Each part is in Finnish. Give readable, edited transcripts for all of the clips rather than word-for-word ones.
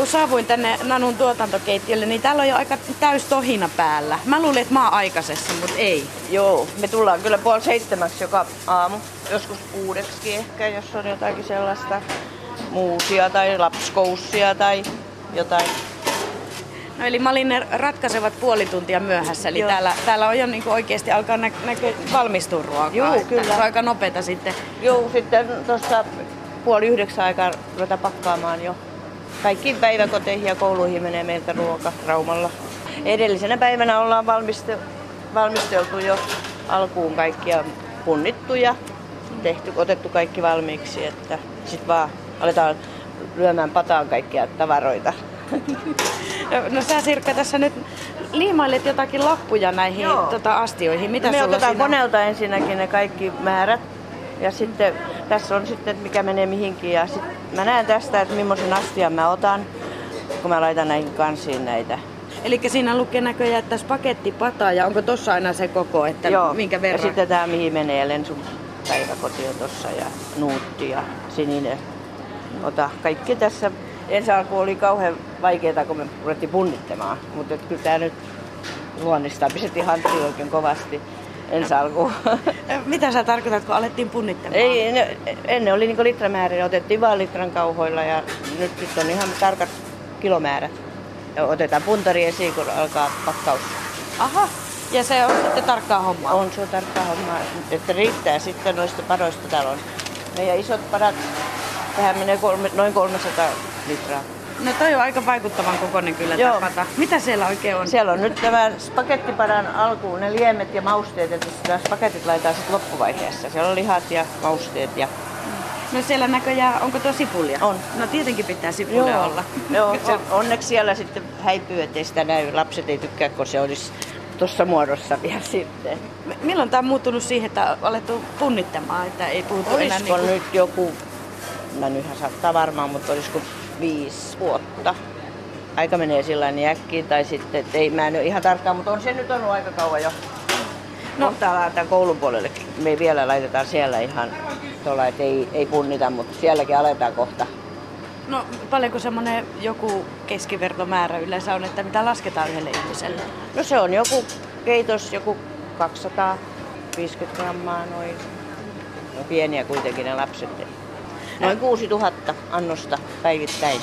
kun saavuin tänne Nanun tuotantokeittiölle, niin täällä on jo aika täys tohina päällä. Mä luulin, että mä oon aikaisessa, mutta ei. Joo, me tullaan kyllä 6:30 joka aamu. Joskus 6 ehkä, jos on jotakin sellaista muusia tai lapskoussia tai jotain. No eli mä olin ne ratkaisevat puoli tuntia myöhässä, eli täällä on jo niinku oikeasti alkaa valmistua ruokaa. Joo, kyllä. Se on aika nopeeta sitten. Joo, sitten tuossa 8:30 aikaa ruvetaan pakkaamaan jo. Kaikkiin päiväkoteihin ja kouluihin menee meiltä ruoka Raumalla. Edellisenä päivänä ollaan valmisteltu jo alkuun kaikkia punnittu ja otettu kaikki valmiiksi, että sitten vaan aletaan lyömään pataan kaikkia tavaroita. No sä Sirkka tässä nyt liimailet jotakin lappuja näihin astioihin. Mitä me sulla otetaan siinä? Koneelta ensinnäkin ne kaikki määrät ja sitten tässä on sitten mikä menee mihinkin ja sitten mä näen tästä, että millaisen astian mä otan, kun mä laitan näihin kansiin näitä. Eli siinä lukee näköjään, että spagettipata ja onko tossa aina se koko, että minkä verran? Ja sitten tää mihin menee Lensun päiväkoti on tossa ja nuutti ja sininen. Ota kaikki tässä. Ensi alku oli kauhean vaikeaa, kun me ruvettiin punnittamaan, mutta kyllä tää nyt luonnistaa. Pistettiin hanttiin oikein kovasti ensi alkuun. Mitä sä tarkoitat, kun alettiin punnittamaan? Ei, ennen oli niinku litramäärin, otettiin vaan litran kauhoilla ja nyt on ihan tarkat kilomäärät. Ja otetaan puntari esiin, kun alkaa pakkaus. Aha, ja se on sitten tarkkaa hommaa? On, se on tarkkaa hommaa, että riittää sitten noista padoista. Täällä on meidän isot padat, tähän menee noin 300 litraa. No toi on aika vaikuttavan kokoinen kyllä tämä pata. Mitä siellä oikein on? Siellä on nyt tämä spagettipadan alkuun, ne liemet ja mausteet, että nämä spagetit laitetaan sitten loppuvaiheessa. Siellä on lihat ja mausteet ja... No siellä näköjään, onko tuo sipulia? On. No tietenkin pitää sipulia olla. Joo, onneksi siellä sitten häipyy, ettei sitä näy. Lapset ei tykkää, kun se olisi tuossa muodossa vielä sitten. Milloin tämä on muuttunut siihen, että on alettu punnittamaan, että ei puhuta enää olisiko nyt joku, mä nythän saattaa varmaan, mutta olisiko 5 vuotta. Aika menee sillä niin äkkiin, tai sitten, ei mä en ole ihan tarkkaan, mutta on se nyt ollut aika kauan jo. No, täällä tämän koulun puolelle me vielä laitetaan siellä ihan tuolla, että ei punnita, mutta sielläkin aletaan kohta. No paljonko semmoinen joku keskivertomäärä yleensä on, että mitä lasketaan yhdelle ihmiselle? No se on joku keitos, joku 250 grammaa noin. No pieniä kuitenkin ne lapset. Noin 6000 annosta päivittäin.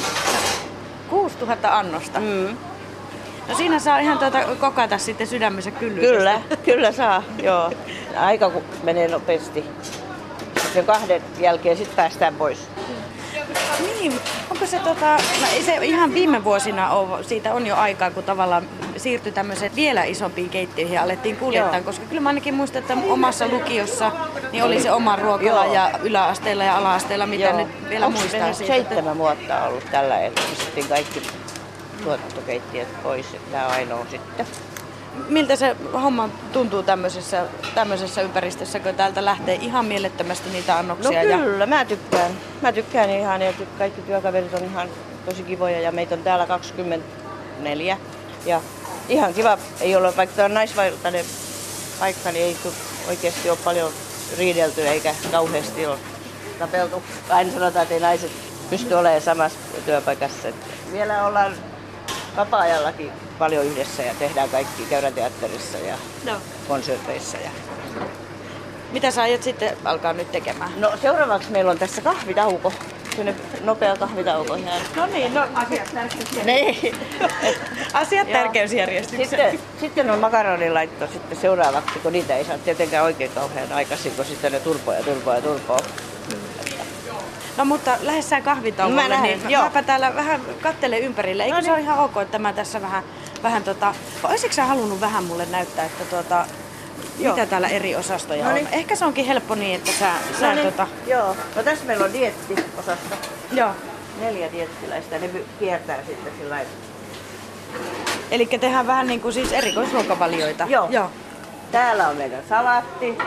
6000 annosta? Mm. No siinä saa ihan kokata sitten sydämensä kyllyydestä. Kyllä saa, joo. Aika menee nopeasti. Sitten 2 jälkeen sitten päästään pois. Niin, onko se ei se ihan viime vuosina ole, siitä on jo aikaa, kun tavallaan siirtyi tämmöiseen vielä isompiin keittiöihin ja alettiin kuljettaa, koska kyllä mä ainakin muistan, että omassa lukiossa niin oli se oma ruokala ja yläasteella ja ala-asteella, mitä nyt vielä muistaa siitä. 7 vuotta ollut tällä, että pistettiin kaikki tuotantokeittiöt pois, että tämä on ainoa sitten. Miltä se homma tuntuu tämmöisessä ympäristössä, kun täältä lähtee ihan mielettömästi niitä annoksia? No kyllä, mä tykkään. Mä tykkään ihan ja kaikki työkaverit on ihan tosi kivoja ja meitä on täällä 24. Ja ihan kiva, ei ole, vaikka tämä on naisvaltainen paikka, niin ei oikeasti ole paljon riidelty eikä kauheasti ole tapeltu. Aina sanotaan, että ei naiset pysty olemaan samassa työpaikassa. Vielä ollaan vapaa-ajallakin paljon yhdessä ja tehdään kaikki, käydään teatterissa ja konserteissa. Mitä sä aiot sitten alkaa nyt tekemään? No seuraavaksi meillä on tässä kahvitauko. Sellainen nopea kahvitauko. No niin, asiat tärkeysjärjestyksessä. Asiat tärkeysjärjestyksessä. Sitten on makaronilaitto sitten seuraavaksi, kun niitä ei saa tietenkään oikein kauhean aikaisin, kun sitten ne turpoo. No mutta lähdessään kahvitauolle, niin mäpä täällä vähän katselen ympärille. Eikö se ole ihan ok, että mä tässä vähän olisitko sä halunnut vähän mulle näyttää, että mitä täällä eri osastoja on? Ehkä se onkin helppo niin, että sä Joo. No tässä meillä on dieettiosasto. Joo. 4 dieettiläistä, ne kiertää sitten sillä lailla. Eli tehdään vähän niin kuin siis erikoisruokavalioita. Joo. Täällä on meidän salaattiosasto.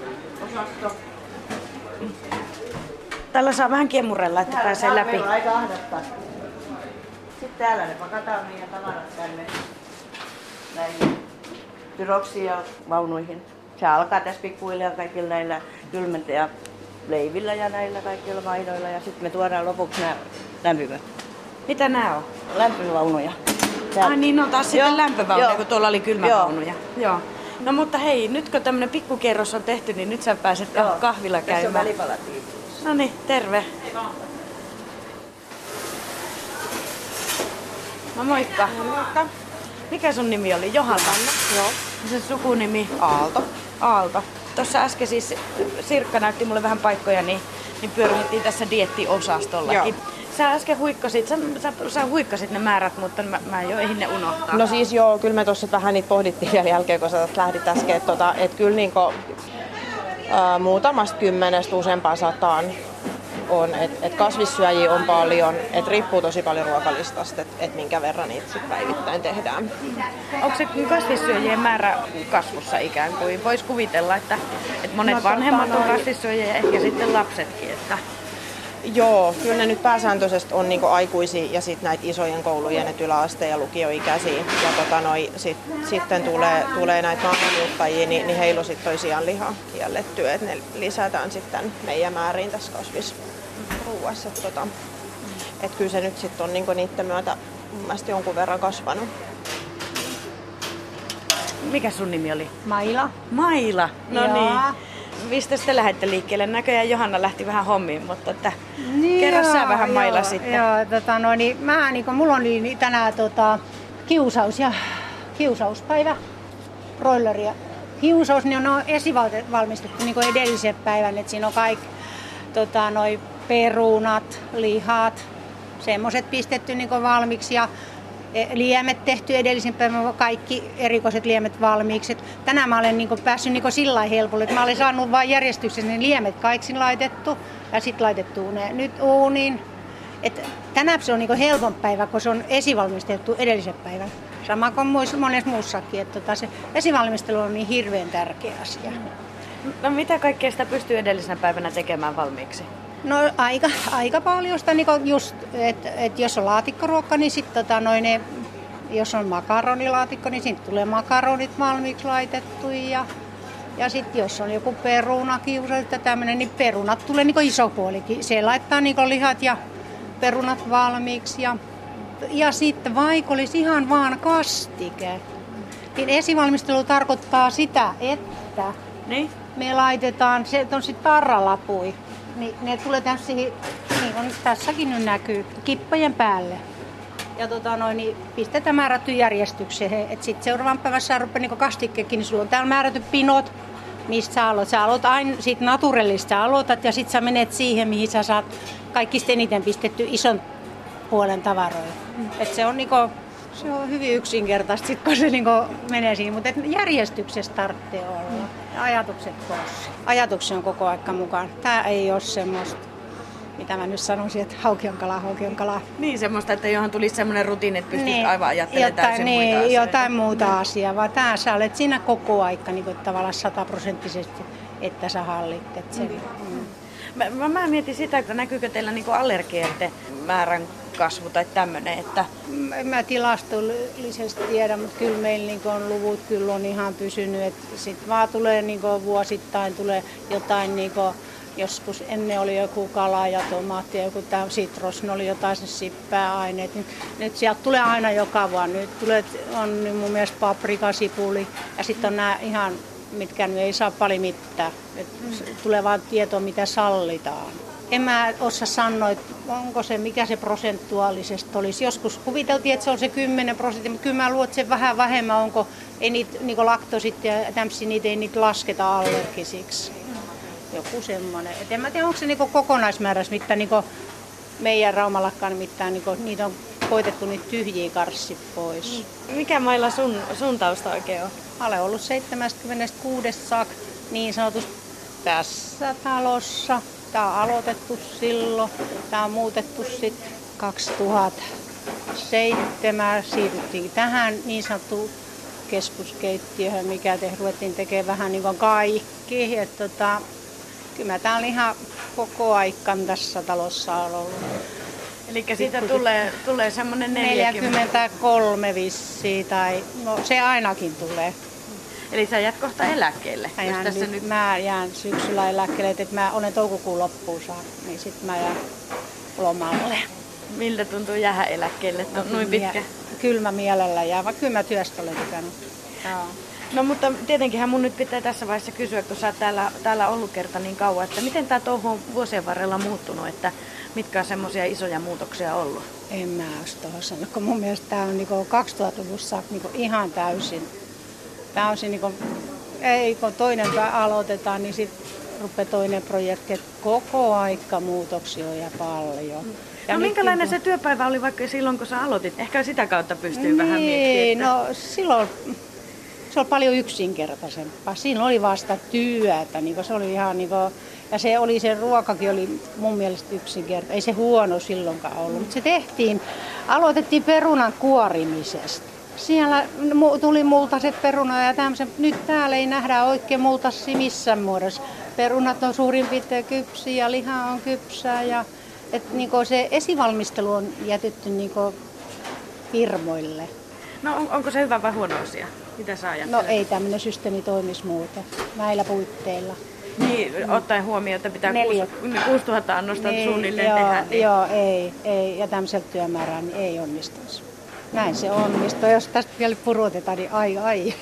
Täällä saa vähän kiemurella, että pääsee läpi. Täällä on aika ahdasta. Sitten täällä ne pakataan meidän tavarat tänne näihin tyroksiin ja vaunuihin. Se alkaa tässä pikkuhiljaa kaikilla näillä kylmentäjäleivillä ja näillä kaikilla maidoilla ja sitten me tuodaan lopuksi nämä lämpimät. Mitä nää on? Lämpövaunuja. Ai niin, on taas sitten Joo, lämpövaunuja, joo. kun tuolla oli kylmävaunuja. Joo. No mutta hei, nyt kun tämmönen pikkukierros on tehty, niin nyt sä pääset kahvilla Tässä on käymään. välipalatiin. No niin, terve. No moikka. Moikka. Mikä sun nimi oli? Johanna? Joo. Se sukunimi? Aalto. Aalto. Tuossa äsken siis Sirkka näytti mulle vähän paikkoja, niin pyöritettiin tässä dieettiosastollakin. Joo. Sä äsken sä huikkasit ne määrät, mutta mä en jo ehdin ne unohtaa. No siis joo, kyllä me tuossa vähän niitä pohdittiin vielä jälkeen, kun sä lähdit äsken, että kyllä niinku, muutamasta 10 useampaan 100 on, että kasvissyöjiä on paljon, että riippuu tosi paljon ruokalistasta, että minkä verran niitä sit päivittäin tehdään. Onko se kasvissyöjien määrä kasvussa ikään kuin? Vois kuvitella, että monet vanhemmat on kasvissyöjiä ja ehkä sitten lapsetkin. Että... Joo, kyllä ne nyt pääsääntöisesti on niinku aikuisia ja sitten näitä isojen koulujen, että yläaste- ja lukioikäisiä. Ja sitten tulee näitä maahanmuuttajia, niin heillä on sitten toi sianliha kielletty, että ne lisätään sitten meidän määriin tässä kasvisruuassa. Että kyllä se nyt sitten on niinku niiden myötä mun mielestä jonkun verran kasvanut. Mikä sun nimi oli? Maila. Maila. No Joo. niin. Mistä te lähdette liikkeelle? Näköjään Johanna lähti vähän hommiin, mutta että kerro sä vähän Maila sitten. Joo, niin mulla oli tänään kiusauspäivä, broileria. Kiusaus, niin on esivalmistettu niin edellisen päivän, että siinä on kaikki perunat, lihat, semmoiset pistetty niin valmiiksi ja liemet tehty edellisen päivän, kaikki erikoiset liemet valmiiksi. Tänään mä olen päässyt sillä lailla helpolla, että mä olen saanut vain järjestyksessä ne liemet kaikki laitettu ja sitten laitettu ne nyt uuniin. Tänään se on helpompi päivä, kun se on esivalmistettu edellisen päivän. Sama kuin monessa muussakin, että se esivalmistelu on niin hirveän tärkeä asia. No mitä kaikkea sitä pystyy edellisenä päivänä tekemään valmiiksi? No aika paljon sitä, just, että jos on laatikkoruokka, niin sitten jos on makaronilaatikko, niin siitä tulee makaronit valmiiksi laitettu. Ja sitten jos on joku perunakiusa tai tämmöinen, niin perunat tulee iso puolikin. Se laittaa lihat ja perunat valmiiksi. Ja sitten vaikka olisi ihan vaan kastike, niin esivalmistelu tarkoittaa sitä, että me laitetaan, se on sitten tarralapui. Niin ne tulee tämmöisiä, niin kuin tässäkin nyt näkyy, kippojen päälle. Ja niin pistetään määrätty järjestykseen. Että sitten seuraavan päivässä rupeaa kastikkeekin, niin sulla on täällä määrätyt pinot, mistä sä aloitat. Sä aloitat aina siitä naturellista aloitat ja sitten sä menet siihen, mihin sä saat kaikista eniten pistetty ison puolen tavaroja. Että se on se on hyvin yksinkertaista, sit, kun se menee siihen, mutta järjestyksessä tarvitsee olla. Ja ajatukset koossa. Ajatuksia on koko aika mukaan. Tää ei ole semmoista, mitä mä nyt sanoisin, että hauki on kala. Niin semmoista, että johon tulisi semmoinen rutiini, että pystyisi aivan ajattelemaan täysin muita asioita. Jotain muuta asiaa, vaan tää sä olet siinä koko aika tavallaan 100%, että sä hallitset sen. Mä mietin sitä, että näkyykö teillä allergioiden määrän kasvu tai tämmöinen, että... Mä tilastollisesti tiedän, mutta kyllä meillä on luvut kyllä on ihan pysynyt. Sitten vaan tulee vuosittain tulee jotain, joskus ennen oli joku kala ja tomaatti ja joku sitros, ne oli jotain sippääaineet. Nyt sieltä tulee aina joka vuonna. Nyt on mun mielestä paprika, sipuli ja sitten on nämä ihan, mitkä nyt ei saa paljon mitään. Tulee vaan tietoa, mitä sallitaan. En mä osaa sanoa, että onko se, mikä se prosentuaalisesti olisi. Joskus kuviteltiin, että se on se 10%, mutta kyllä mä luulen, että se vähän vähemmän onko, ei niitä laktosit ja tämmöisiä, niitä ei niitä lasketa allergisiksi. Joku semmoinen. Et en mä tiedä, onko se kokonaismäärässä, mitä meidän Raumallakaan mitään, niitä on koitettu niitä tyhjiä karssit pois. Mikä Mailla sun tausta oikein on? Mä olen ollut 76 saakka niin sanotusti tässä talossa. Tämä on aloitettu silloin. Tämä on muutettu sitten 2007. Siirryttiin tähän niin sanottuun keskuskeittiöön, mikä ruvettiin tekemään vähän niin kuin kaikki. Kyllä mä täällä ihan koko aikaan tässä talossa on ollut. Eli siitä tulee semmoinen 43 vissiin, tai no se ainakin tulee. Eli sä jäät kohta eläkkeelle? Mä jään syksyllä eläkkeelle, että mä olen toukokuun loppuun saakka, niin sitten mä jään lomalle. Miltä tuntuu jäädä eläkkeelle noin pitkä? Kyllä mä mielellä jää, vaikka kyllä mä työstä olen tykännyt. Joo. No mutta tietenkinhän mun nyt pitää tässä vaiheessa kysyä, kun sä oot täällä ollut kerta niin kauan, että miten tää touhu on vuosien varrella muuttunut, että mitkä on semmoisia isoja muutoksia ollut? En mä olisi tuohon sanoa, kun mun mielestä tää on niinku 2000-luvussa niinku ihan täysin niinku, ei kun toinen aloitetaan, niin sitten rupeaa toinen projekti, että koko aika muutoksia on ja paljon. Ja no minkälainen se työpäivä oli vaikka silloin, kun sä aloitit? Ehkä sitä kautta pystyy vähän miettimään. No silloin se oli paljon yksinkertaisempaa. Siinä oli vasta työtä, niin se oli ihan ja se ruokakin oli mun mielestä yksinkertainen. Ei se huono silloinkaan ollut, mutta se aloitettiin perunan kuorimisesta. Siellä tuli multaiset perunat ja tämmöiset. Nyt täällä ei nähdä oikein multaisia missään muodossa. Perunat on suurin piirtein kypsiä ja liha on kypsää. Ja, se esivalmistelu on jätetty firmoille. No onko se hyvä vai huono asia? Mitä sä ajattelet? No ei tämmöinen systeemi toimisi muuten näillä puitteilla. Niin, ottaen huomioon, että pitää 6000 annosta suunnilleen joo, tehdä. Niin... Joo, ei. Ja tämmöisellä työmäärää niin ei onnistuisi. Näin se onnistuu. Jos tästä vielä purotetaan, niin ai.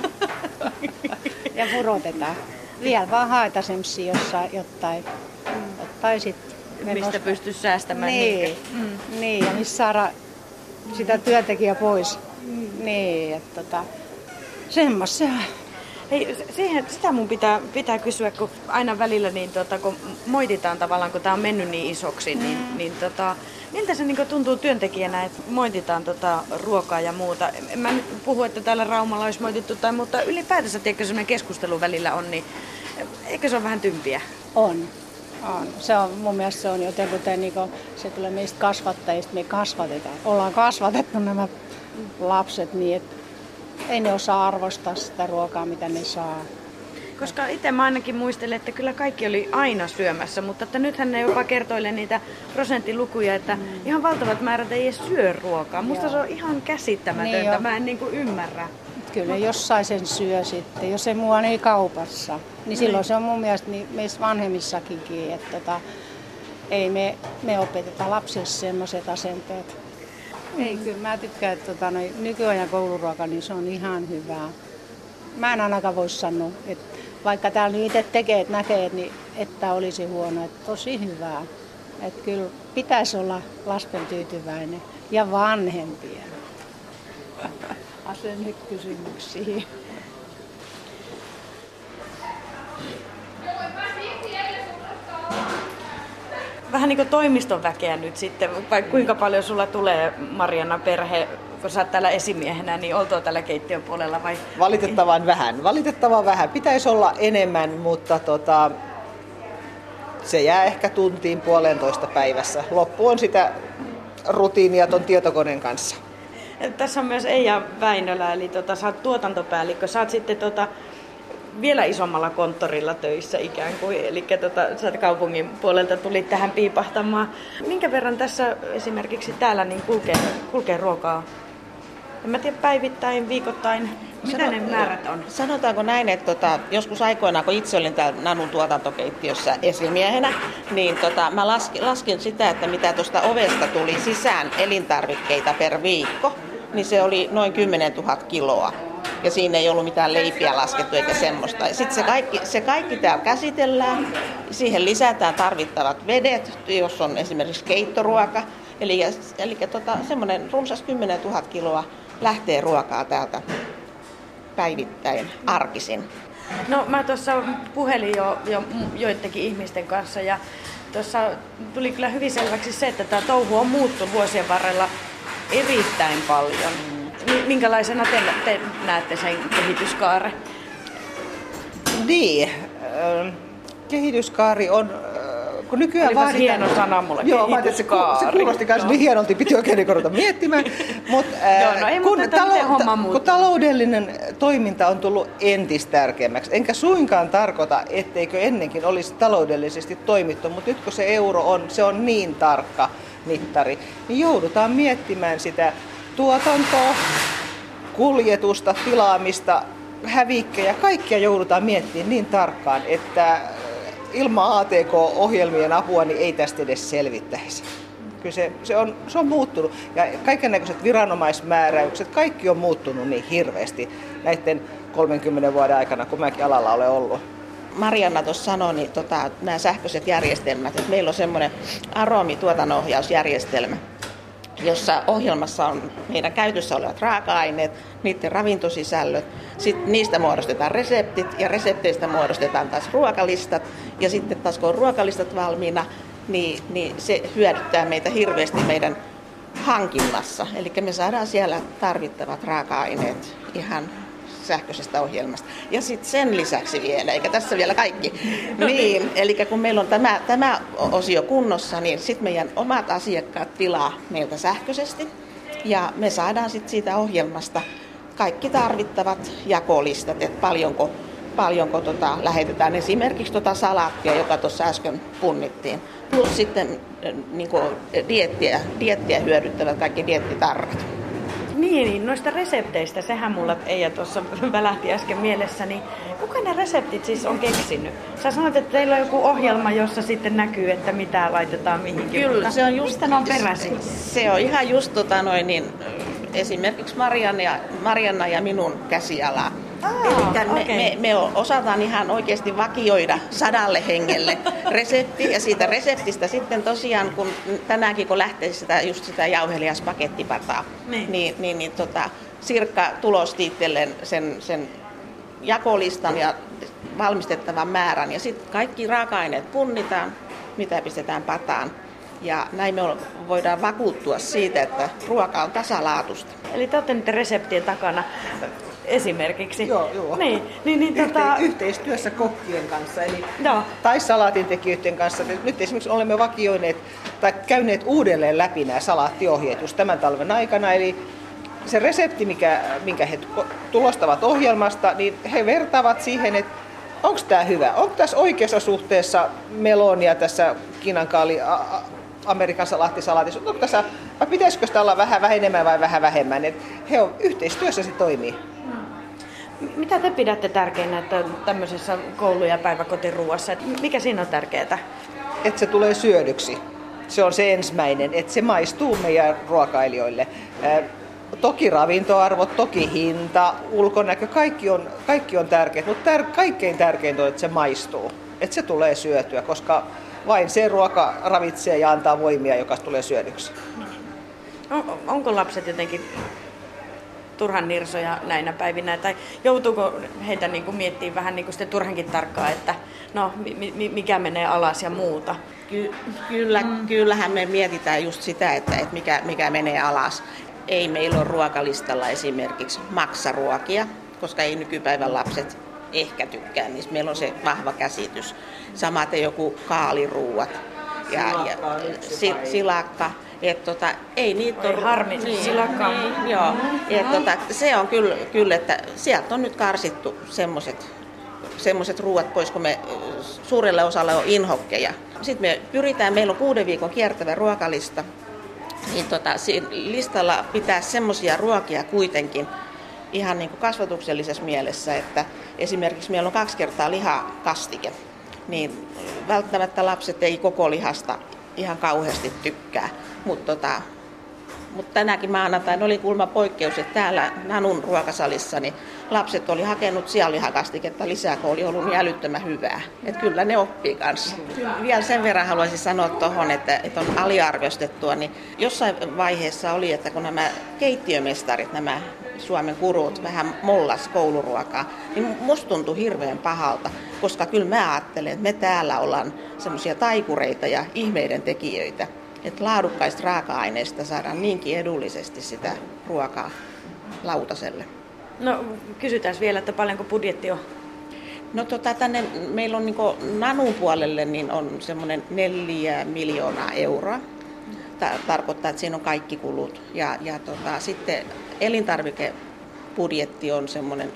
Ja purotetaan. Vielä vaan haeta semmosia jotain sitten. Mistä pystyisi säästämään. Niin, ja missä saada sitä työntekijää pois. Niin, että semmoista. Hei, sitä mun pitää kysyä, kun aina välillä niin, kun moititaan tavallaan, kun tää on mennyt niin isoksi, niin miltä se niin tuntuu työntekijänä, että moititaan ruokaa ja muuta? En mä nyt puhu, että täällä Raumalla olisi moitittu mutta ylipäätänsä, tiedätkö, semmoinen keskustelu välillä on, niin eikö se ole vähän tympiä? On. Se on, mun mielestä se on jotenkin, se tulee meistä kasvattajista, me kasvatetaan. Ollaan kasvatettu nämä lapset niin, että ei ne osaa arvostaa sitä ruokaa, mitä ne saa. Koska itse mä ainakin muistelen, että kyllä kaikki oli aina syömässä, mutta että nythän ne jopa kertoilee niitä prosenttilukuja, että ihan valtavat määrät ei edes syö ruokaa. Musta se on ihan käsittämätöntä, niin mä en ymmärrä. Kyllä jossain sen syö sitten, jos ei mua niin kaupassa. Niin silloin se on mun mielestä meissä vanhemmissakin, että ei me opeteta lapsille semmoiset asenteet. Ei, kyllä mä tykkään, että nykyajan kouluruoka, niin se on ihan hyvää. Mä en ainakaan voi sanoa, että vaikka täällä itse tekee, että näkee, niin että olisi huono, että tosi hyvää. Että kyllä pitäisi olla lasten tyytyväinen ja vanhempien asennekysymyksiin. Vähän niin kuin toimiston väkeä nyt sitten, vai kuinka paljon sulla tulee, Marianna, perhe, kun sä oot täällä esimiehenä, niin oltua tällä keittiön puolella vai? Valitettavan vähän. Pitäisi olla enemmän, mutta se jää ehkä tuntiin 1,5 päivässä. Loppu on sitä rutiinia ton tietokoneen kanssa. Tässä on myös Eija Väinölä, eli sä oot tuotantopäällikkö. Sä oot sitten vielä isommalla konttorilla töissä ikään kuin, eli sä kaupungin puolelta tulit tähän piipahtamaan. Minkä verran tässä esimerkiksi täällä niin kulkee ruokaa? En mä tiedä, päivittäin, viikoittain, mitä ne määrät on? Sanotaanko näin, että joskus aikoinaan, kun itse olin täällä Nanun tuotantokeittiössä esimiehenä, niin mä laskin sitä, että mitä tuosta ovesta tuli sisään elintarvikkeita per viikko, niin se oli noin 10 000 kiloa. Ja siinä ei ollut mitään leipiä laskettu eikä semmoista. Sitten se kaikki täällä käsitellään. Siihen lisätään tarvittavat vedet, jos on esimerkiksi keittoruoka. Eli semmoinen runsas 10 000 kiloa lähtee ruokaa täältä päivittäin arkisin. No mä tuossa puhelin jo joidenkin ihmisten kanssa ja tuossa tuli kyllä hyvin selväksi se, että tämä touhu on muuttunut vuosien varrella erittäin paljon. Minkälaisena te näette sen kehityskaaren? Niin, kehityskaari on, kun nykyään olipas hieno sana mulle, kehityskaari. Se kuulosti kanssa niin hienolti, piti oikein ruveta miettimään. Kun taloudellinen toiminta on tullut entistä tärkeämmäksi, enkä suinkaan tarkoita, etteikö ennenkin olisi taloudellisesti toimittu, mutta nyt kun se euro se on niin tarkka mittari, niin joudutaan miettimään sitä tuotantoa, kuljetusta, tilaamista, hävikkejä, kaikkia joudutaan miettimään niin tarkkaan, että ilman ATK-ohjelmien apua niin ei tästä edes selvittäisi. Kyllä se on muuttunut. Ja kaikennäköiset viranomaismääräykset, kaikki on muuttunut niin hirveästi näiden 30 vuoden aikana, kun mäkin alalla olen ollut. Marianna tuossa sanoi, niin nämä sähköiset järjestelmät, että meillä on semmoinen aromituotannonohjausjärjestelmä, jossa ohjelmassa on meidän käytössä olevat raaka-aineet, niiden ravintosisällöt, sitten niistä muodostetaan reseptit ja resepteistä muodostetaan taas ruokalistat ja sitten taas kun on ruokalistat valmiina, niin se hyödyttää meitä hirveästi meidän hankinnassa. Eli me saadaan siellä tarvittavat raaka-aineet ihan sähköisestä ohjelmasta. Ja sitten sen lisäksi vielä, eikä tässä vielä kaikki. Niin, eli kun meillä on tämä osio kunnossa, niin sitten meidän omat asiakkaat tilaa meiltä sähköisesti. Ja me saadaan sitten siitä ohjelmasta kaikki tarvittavat jakolistat, että paljonko lähetetään esimerkiksi salaattia, joka tuossa äsken punnittiin. Plus sitten niin diettiä hyödyttävät kaikki diettitarrat. Niin, noista resepteistä, sehän mulla Eija tuossa välähti äsken mielessä, niin kuka ne reseptit siis on keksinyt? Sä sanoit, että teillä on joku ohjelma, jossa sitten näkyy, että mitä laitetaan mihinkin. Kyllä, se on just... Mistä ne on peräisin? Se on ihan just esimerkiksi Marianna ja minun käsialaa. Me osataan ihan oikeasti vakioida 100 hengelle resepti ja siitä reseptistä sitten tosiaan, kun tänäänkin kun lähtee sitä jauheliaspakettipataa, niin Sirkka tulosti itselleen sen jakolistan ja valmistettavan määrän ja sitten kaikki raaka-aineet punnitaan, mitä pistetään pataan. Ja näin me voidaan vakuuttua siitä, että ruoka on tasalaatusta. Eli te olette niiden reseptien takana esimerkiksi. Joo. Niin, Yhteistyössä kokkien kanssa tai salaatintekijöiden kanssa. Nyt esimerkiksi olemme vakioineet tai käyneet uudelleen läpi nämä salaattiohjeet just tämän talven aikana. Eli se resepti, minkä he tulostavat ohjelmasta, niin he vertaavat siihen, että onko tämä hyvä, onko tässä oikeassa suhteessa melonia tässä kinankaali Amerikan salaattisalaatissa, onko tässä, vai pitäisikö sitä olla vähän enemmän vai vähän vähemmän. Et he on yhteistyössä, se toimii. Mitä te pidätte tärkeänä että tämmöisessä koulu- ja päiväkotiruuassa? Mikä siinä on tärkeää? Että se tulee syödyksi. Se on se ensimmäinen, että se maistuu meidän ruokailijoille. Toki ravintoarvot, toki hinta, ulkonäkö, kaikki on tärkeää, mutta kaikkein tärkeintä on, että se maistuu. Että se tulee syötyä, koska vain se ruoka ravitsee ja antaa voimia, joka tulee syödyksi. Onko lapset jotenkin turhan nirsoja näinä päivinä? Tai joutuuko heitä niin kuin miettimään vähän niin kuin sitten turhankin tarkkaan, että no, mikä menee alas ja muuta? Kyllähän me mietitään just sitä, että mikä menee alas. Ei meillä ole ruokalistalla esimerkiksi maksaruokia, koska ei nykypäivän lapset ehkä tykkää, niin meillä on se vahva käsitys. Samaten joku kaaliruuat ja silakka. Ei niitä ole harmi, silakka. Joo. Se on kyllä, että sieltä on nyt karsittu semmoiset ruuat pois, kun me suurelle osalle on inhokkeja. Sitten me pyritään, meillä on 6 viikon kiertävä ruokalista. Niin siinä listalla pitää semmoisia ruokia kuitenkin ihan niin kuin kasvatuksellisessa mielessä, että esimerkiksi meillä on 2 kertaa lihakastike, niin välttämättä lapset ei koko lihasta ihan kauheasti tykkää, mutta tänäkin maanantaina oli kuulemma poikkeus, että täällä Nanun ruokasalissa niin lapset oli hakenut sianlihakastiketta lisää, kun oli ollut niin älyttömän hyvää. Että kyllä ne oppii kanssa. Vielä sen verran haluaisin sanoa tuohon, että on aliarvostettua, niin jossain vaiheessa oli, että kun nämä keittiömestarit, nämä Suomen kurut vähän mollas kouluruokaa, niin musta tuntui hirveän pahalta, koska kyllä mä ajattelen, että me täällä ollaan semmoisia taikureita ja ihmeiden tekijöitä. Että laadukkaista raaka-aineista saadaan niinkin edullisesti sitä ruokaa lautaselle. No kysytään vielä, että paljonko budjetti on? No tänne meillä on Nanun puolelle niin on semmoinen 4 miljoonaa euroa. Tarkoittaa, että siinä on kaikki kulut. Ja sitten elintarvikebudjetti on semmoinen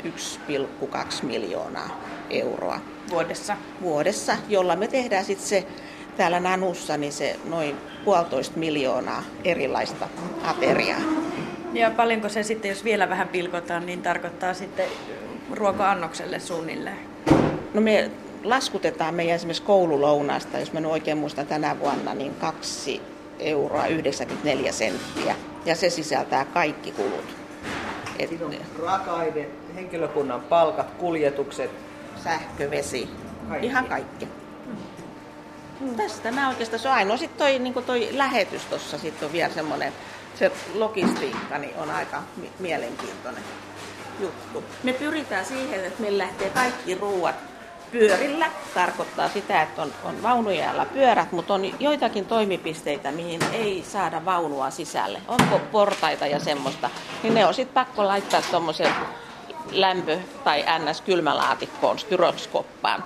1,2 miljoonaa euroa. Vuodessa, jolla me tehdään sitten se täällä Nanussa niin se noin 1,5 miljoonaa erilaista ateriaa. Ja paljonko se sitten, jos vielä vähän pilkotaan, niin tarkoittaa sitten ruoka-annokselle suunnilleen? No me laskutetaan meidän esimerkiksi koululounaasta, jos mä nyt oikein muistan tänä vuonna, niin 2 euroa 94 senttiä ja se sisältää kaikki kulut. Raaka-aine, henkilökunnan palkat, kuljetukset. Sähkö, vesi, Kaikki. ihan kaikki. Tästä mä oikeastaan, se on ainoa sitten toi lähetys tuossa sitten on vielä semmoinen, se logistiikka niin on aika mielenkiintoinen juttu. Me pyritään siihen, että meillä lähtee kaikki ruuat pyörillä. Tarkoittaa sitä, että on vaunujäällä pyörät, mutta on joitakin toimipisteitä, mihin ei saada vaunua sisälle. Onko portaita ja semmoista, niin ne on sitten pakko laittaa tuommoisen lämpö- tai NS-kylmälaatikkoon, styrokskoppaan.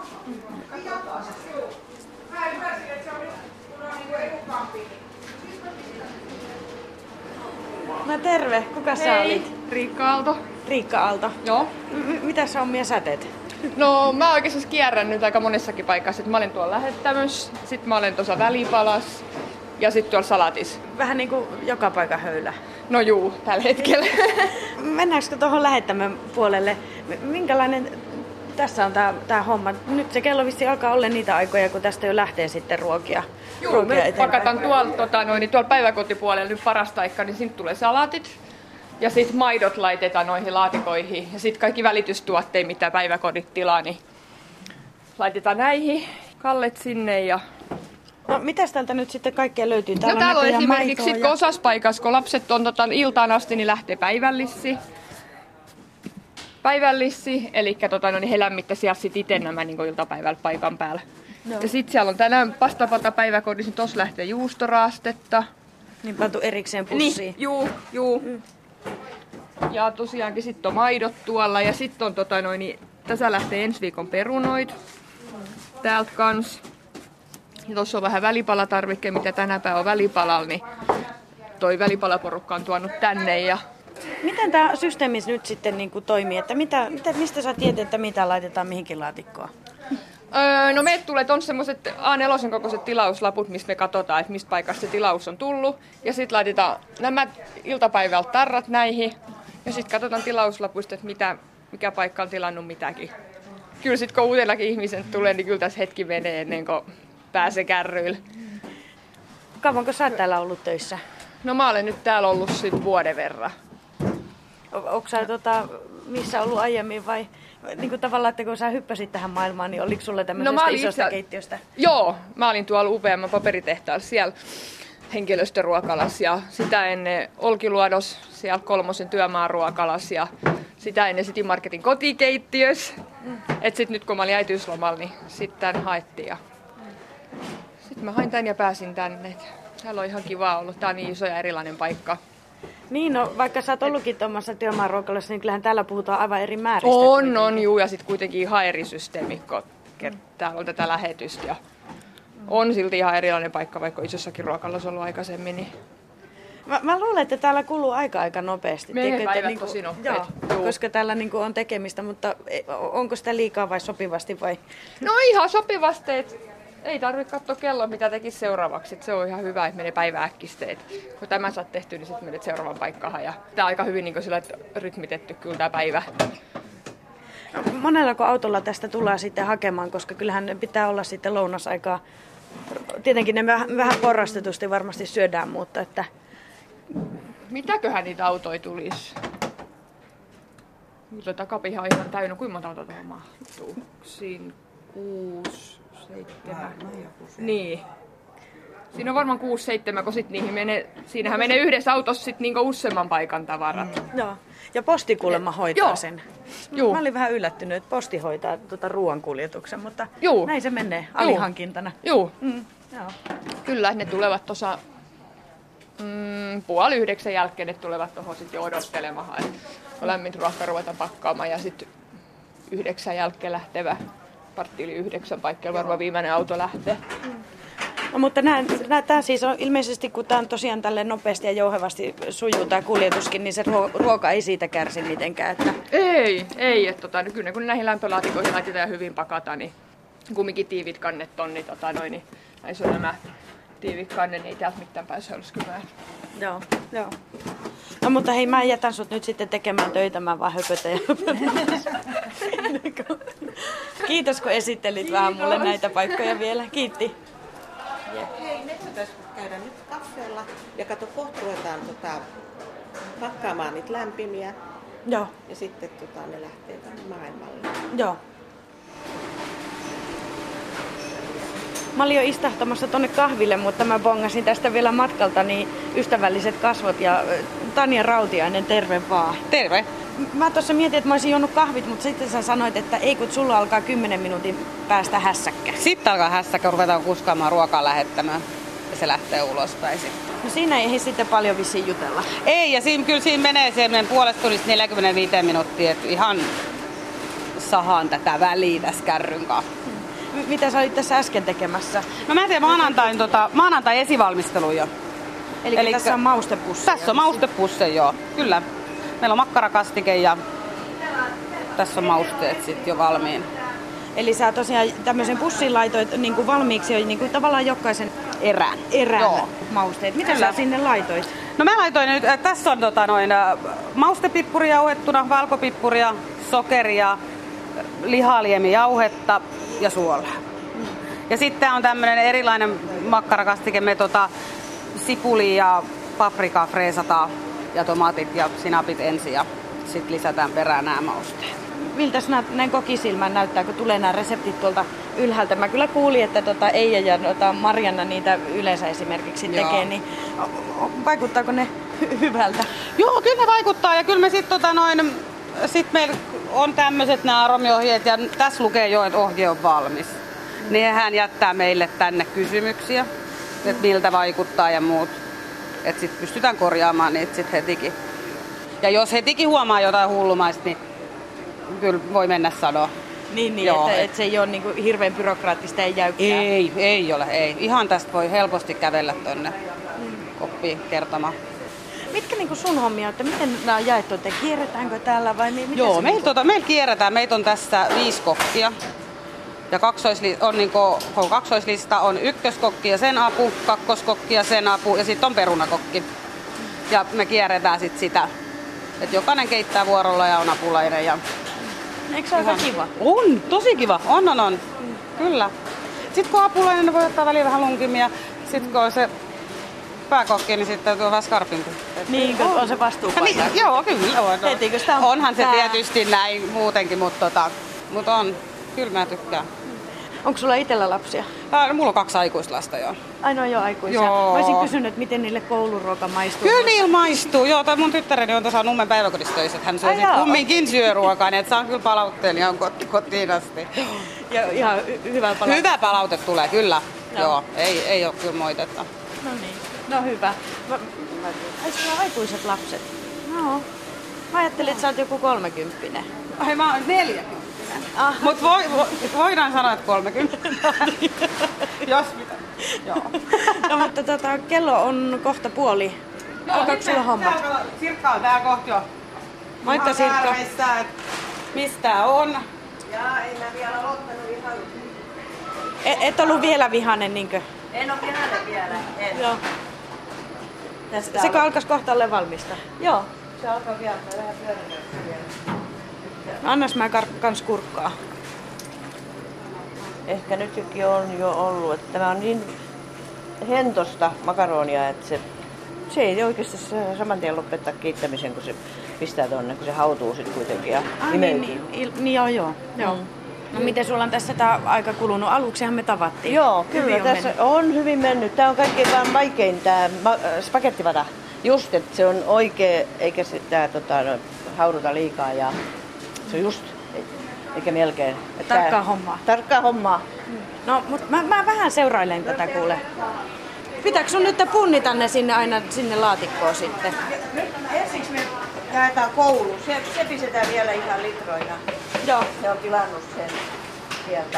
No terve, kuka sä olit? Riikka Aalto. Riikka Aalto. Joo. Mitä sä ommia sä teet? No mä oikeastaan kierrän nyt aika monessakin paikassa. Mä olen tuolla Lähettämössä, sit mä olen tuossa Välipalas ja sit tuolla Salatis. Vähän niin kuin joka paikan höylä. No juu, tällä hetkellä. Mennäänkö tuohon lähettämön puolelle? Minkälainen tässä on tää homma? Nyt se kello vissiin alkaa olla niitä aikoja, kun tästä jo lähtee sitten ruokia. Juu, me pakataan tuolla päiväkotipuolella nyt parasta aikaa, niin sinne tulee salatit. Ja sitten maidot laitetaan noihin laatikoihin. Ja sitten kaikki välitystuotteet, mitä päiväkodit tilaa, niin laitetaan näihin. Kallet sinne ja... No mitäs täältä nyt sitten kaikkea löytyy? Täällä on esimerkiksi, maitoa kun osassa paikassa, kun lapset on iltaan asti, niin lähtee päivällissi. Eli niin he lämmittäisi sitten itse nämä niin iltapäivällä paikan päällä. No. Ja sitten siellä on tänään pastapata päiväkodissa, niin tuossa lähtee juustoraastetta. Niin pantu erikseen pussiin. Niin, juu. Ja tosiaankin sitten on maidot tuolla ja sitten on tässä lähtee ensi viikon perunoit. Täältä kans. Ja tuossa on vähän välipalatarvikkeen, mitä tänä päivänä on välipalalla, niin toi välipalaporukka on tuonut tänne. Ja... Miten tämä systeemi nyt sitten niin kuin toimii? Että mistä sä tiedät, että mitä laitetaan mihinkin laatikkoon? No meille tulee semmoiset A4 kokoiset tilauslaput, mistä me katsotaan, että mistä paikasta se tilaus on tullut. Ja sitten laitetaan nämä iltapäivältä tarrat näihin. Ja sitten katsotaan tilauslapuista, että mikä paikka on tilannut mitäkin. Kyllä sitten kun uudellakin ihmisen tulee, niin kyllä tässä hetki menee ennen kuin pääsee kärryille. Kauanko sä oot täällä ollut töissä? No mä olen nyt täällä ollut sitten vuoden verran. Onko sä missä ollut aiemmin vai niin kuin tavallaan, että kun sä hyppäsit tähän maailmaan, niin oliko sulle tämmöisestä isosta keittiöstä? Joo, mä olin tuolla UPM paperitehtaalla siellä henkilöstöruokalassa ja sitä ennen Olkiluodos siellä 3. työmaaruokalassa ja sitä ennen City Marketin kotikeittiössä. Et sit nyt kun mä olin äitiyslomalla, niin sitten haettiin ja sitten mä hain tän ja pääsin tänne. Täällä on ihan kiva ollut. Tää on niin iso ja erilainen paikka. Niin, no vaikka sä oot ollutkin tuommoisessa työmaaruokalassa, niin kyllähän täällä puhutaan aivan eri määristä. On, juu, ja sitten kuitenkin ihan eri systeemi, kun täällä on tätä lähetystä. Ja on silti ihan erilainen paikka, vaikka isossakin ruokalassa ollut aikaisemmin. Niin... Mä luulen, että täällä kuluu aika nopeasti. Menee päivät tosi nopeasti. Koska täällä on tekemistä, mutta onko sitä liikaa vai sopivasti vai? No ihan sopivasti, että ei tarvitse katsoa kelloa, mitä tekisi seuraavaksi. Se on ihan hyvä, että menee päivääkkisteet. Kun tämän saat tehty, niin sitten menet seuraavan paikkaan. Ja tämä on aika hyvin niin sillä, rytmitetty kyllä tämä päivä. Monellako autolla tästä tullaan sitten hakemaan, koska kyllähän ne pitää olla sitten lounasaikaa. Tietenkin ne vähän porrastetusti varmasti syödään, mutta että... Mitäköhän niitä autoja tulisi? Mutta takapiha on ihan täynnä. Kuinka monta autoa tuohon mahtuu? 6, 7. Niin. Siinä on varmaan 6-7, kun sit siinähän menee yhdessä autossa sit niinku useamman paikan tavarat. Joo. Ja posti kuulemma hoitaa sen. Juu. Mä olin vähän yllättynyt, että posti hoitaa ruoankuljetuksen, mutta näin se menee alihankintana. Joo. Joo. Kyllä, ne tulevat tuossa 8:30 jälkeen, ne tulevat tuohon sitten jo odottelemaan. On lämmin ruoka ruveta pakkaamaan ja sitten 9 jälkeen lähtevä. 8:45 paikkeilla varmaan viimeinen auto lähtee. No, mutta tämä siis on ilmeisesti, kun tämä on tosiaan tälle nopeasti ja jouhevasti sujuu tämä kuljetuskin, niin se ruoka ei siitä kärsi mitenkään. Että... Ei. Että nykyinen kun näihin lämpölaatikoihin laitetaan ja hyvin pakataan, niin kumminkin tiivit kannet on, niin, niin näissä on nämä tiivit kannet, niin ei täältä mitään pääse hölskymään. Joo. No mutta hei, mä jätän sut nyt sitten tekemään töitä, mä vaan höpötän. Kiitos kun esittelit vähän mulle näitä paikkoja vielä. Kiitti. Hei, me voitaisiin käydä nyt kaffeella ja kato, kohta ruvetaan pakkaamaan niitä lämpimiä Joo, ja sitten ne lähtee tänne maailmalle. joo. Mä olin jo istahtamassa tonne kahville, mutta mä bongasin tästä vielä matkalta niin ystävälliset kasvot ja Tanja Rautiainen, terve vaan. Terve. Mä tuossa mietin, että mä olisin juonut kahvit, mutta sitten sä sanoit, että ei kun sulla alkaa 10 minuutin päästä hässäkkä. Sitten alkaa hässäkkä, ruvetaan kuskaamaan ruokaa lähettämään ja se lähtee ulospäin sitten. No siinä ei sitten paljon vissiin jutella. Ei, ja kyllä siinä menee semmoinen puolesta tunnista 45 minuuttia, että ihan sahaan tätä väliä tässä kärryn kanssa. Mitä sä olit tässä äsken tekemässä? No mä teen maanantai esivalmistelun jo. Eli tässä on maustepusseja. Tässä on maustepusseja, joo. Kyllä. Meillä on makkarakastike ja tässä on mausteet sitten jo valmiin. Eli sä tosiaan tämmöisen pussin laitoit niin kuin valmiiksi jo niin kuin tavallaan jokaisen Erään. Joo. Mausteet. Mitä Kyllä. sä sinne laitoit? No mä laitoin nyt, tässä on maustepippuria jauhettuna, valkopippuria, sokeria, lihaliemijauhetta ja suolaa. Ja sitten on tämmöinen erilainen makkarakastike, me sipuli ja paprikaa freesataan ja tomaatit ja sinapit ensin ja sitten lisätään perään nämä mausteet. Miltä näin kokisilmään näyttää, kun tulee nämä reseptit tuolta ylhäältä? Mä kyllä kuulin, että Eija ja Marianna niitä yleensä esimerkiksi tekee, niin vaikuttaako ne hyvältä? Joo, kyllä ne vaikuttaa ja kyllä me sitten sit meillä on tämmöiset nämä aromiohjeet ja tässä lukee jo, että ohje on valmis. Niin hän jättää meille tänne kysymyksiä, että miltä vaikuttaa ja muut. Että sitten pystytään korjaamaan niitä sitten hetikin. Ja jos hetikin huomaa jotain hullumaista, niin kyllä voi mennä sanoa. Niin, Joo, että se ei ole niin hirveän byrokraattista ja jäykkää. Ei ole, ei. Ihan tästä voi helposti kävellä tonne koppiin kertomaan. Mitkä niin sun hommia, että miten nämä on jaettu, että kierretäänkö täällä vai miten? Joo, meillä kierretään. Meitä on tässä 5 kokkia. Ja kaksoislista on ykköskokki ja sen apu, kakkoskokki ja sen apu ja sitten on perunakokki. Ja me kierretään sitten sitä, että jokainen keittää vuorolla ja on apulainen. Ja eikö se ole aika kiva? On, tosi kiva. On. Kyllä. Sitten kun apulainen voi ottaa väliin vähän lunkimmin ja sitten kun on se pääkokki, niin sitten täytyy vähän skarpimpi. Niin, kun on se vastuupaikka. Niin, joo, kyllä on. Heti, sitä on Onhan se tietysti näin muutenkin, mutta on. Kyllä mä tykkään. Onko sulla itsellä lapsia? Mulla on 2 aikuislasta jo. Ainoa jo aikuisia. Joo. Mä olisin kysynyt, miten niille kouluruoka maistuu. Kyllä niillä maistuu. Joo, tai mun tyttäreni on tässä Nummen päiväkodissa töissä, että hän syö sit kumminkin syöruokaa, niin että saan kyllä palautteen ihan kotiin asti. Ja ihan hyvä palaute. Hyvä palaute tulee, kyllä. Joo, ei ole kyllä moitetta. No niin, no hyvä. Ai sulla on aikuiset lapset? No. Mä ajattelin, että sä oot joku 30. Ai mä oon 40. Ah. Mut voidaan sanoa, että 30. Jos mitä. Joo. No mutta kello on kohta puoli. Alkaako sulla hommat? Sirkka on tää kohta jo. Moikka Sirkka. Mistä on? Jaa, en mä vielä aloittanut ihan. Et ollut vielä vihainen, niinkö? En ole vihainen vielä. En. Joo. Sekö alkaisi kohta olla valmista? Joo, se alkaa vielä. Mä vähän pyöritellä vielä. Annas mä kans kurkkaa. Ehkä nytkin on jo ollut, että tämä on niin hentosta makaronia, että se ei oikeasti saman tien lopettaa kiittämisen, kun se pistää tonne, kun se hautuu sitten kuitenkin ja imeytyy. Niin joo. No miten sulla on tässä tää aika kulunut? Aluksihan me tavattiin. Joo, kyllä Hyvin tässä on hyvin mennyt. Tää on kaikkein vaan vaikein tää spagettivada. Just, että se on oikee, eikä sitä hauduta liikaa ja se on just, eikä melkein. Tarkkaa hommaa. Tarkkaa hommaa. No, mutta mä vähän seurailen tätä kuule. Pitääkö sun nyt punnita ne aina sinne laatikkoon sitten? Nyt ensiksi me jaetaan kouluun. Se pistetään vielä ihan litroina. Joo. Se on tilannut sen sieltä.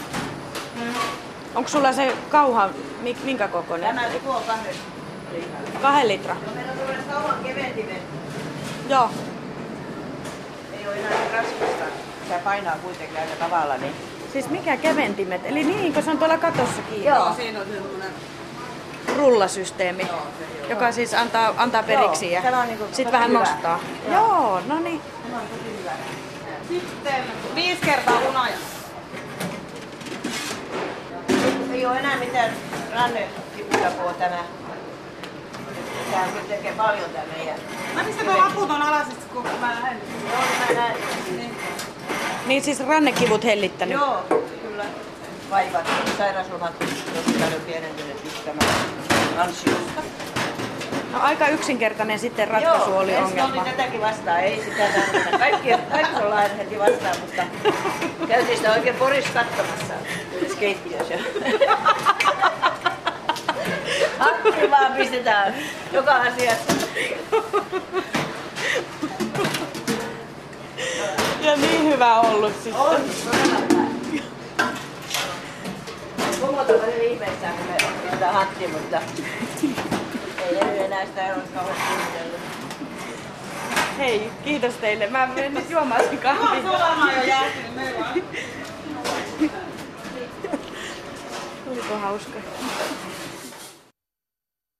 Onko sulla se kauha, minkä kokoinen? Tämä tuo 2 litraa. 2 litraa. No meillä on tuollainen kauhan keventimen. Joo. Ei ole enää niin raskasta. Se painaa kuitenkin aika tavalla. Niin. Siis mikä keventimet? Eli niinkö se on tuolla katossakin? Joo. Siinä on semmoinen Rullasysteemi, joka siis antaa periksi ja tämä on niinku sitten vähän hyvä. nostaa. Joo, no niin. Sitten 5 kertaa hunaja. Ei ole enää mitään rannekiputapo tämä. Tää kyllä tekee paljon tää meidän. Mä pistän tuon laput on alas, kun mä lähden. Joo, mä näen. Niin siis rannekivut hellittänyt. Joo, kyllä. Vaivat, sairauslomat, tosi paljon pienentyneet just tämän ansiosta. No aika yksinkertainen sitten ratkaisu oli ongelma. Oli tätäkin vastaan, ei sitä tarvita. Kaikki ollaan heti vastaan, mutta käytiin sitä oikein Porissa katsomassa yhdessä keittiössä. Hatti vaan pistetään joka asiassa. Ja niin hyvä ollut sitten. On, todella hyvä. Kumot on vähän ihmeissään, kun me pistetään hattia, mutta ei nyt enää sitä ole kauheasti suunnitellut. Hei, kiitos teille. Mä menen nyt juomaan sen kahvin. Se on varmaan jo jäätynyt, me vaan. Oliko hauska?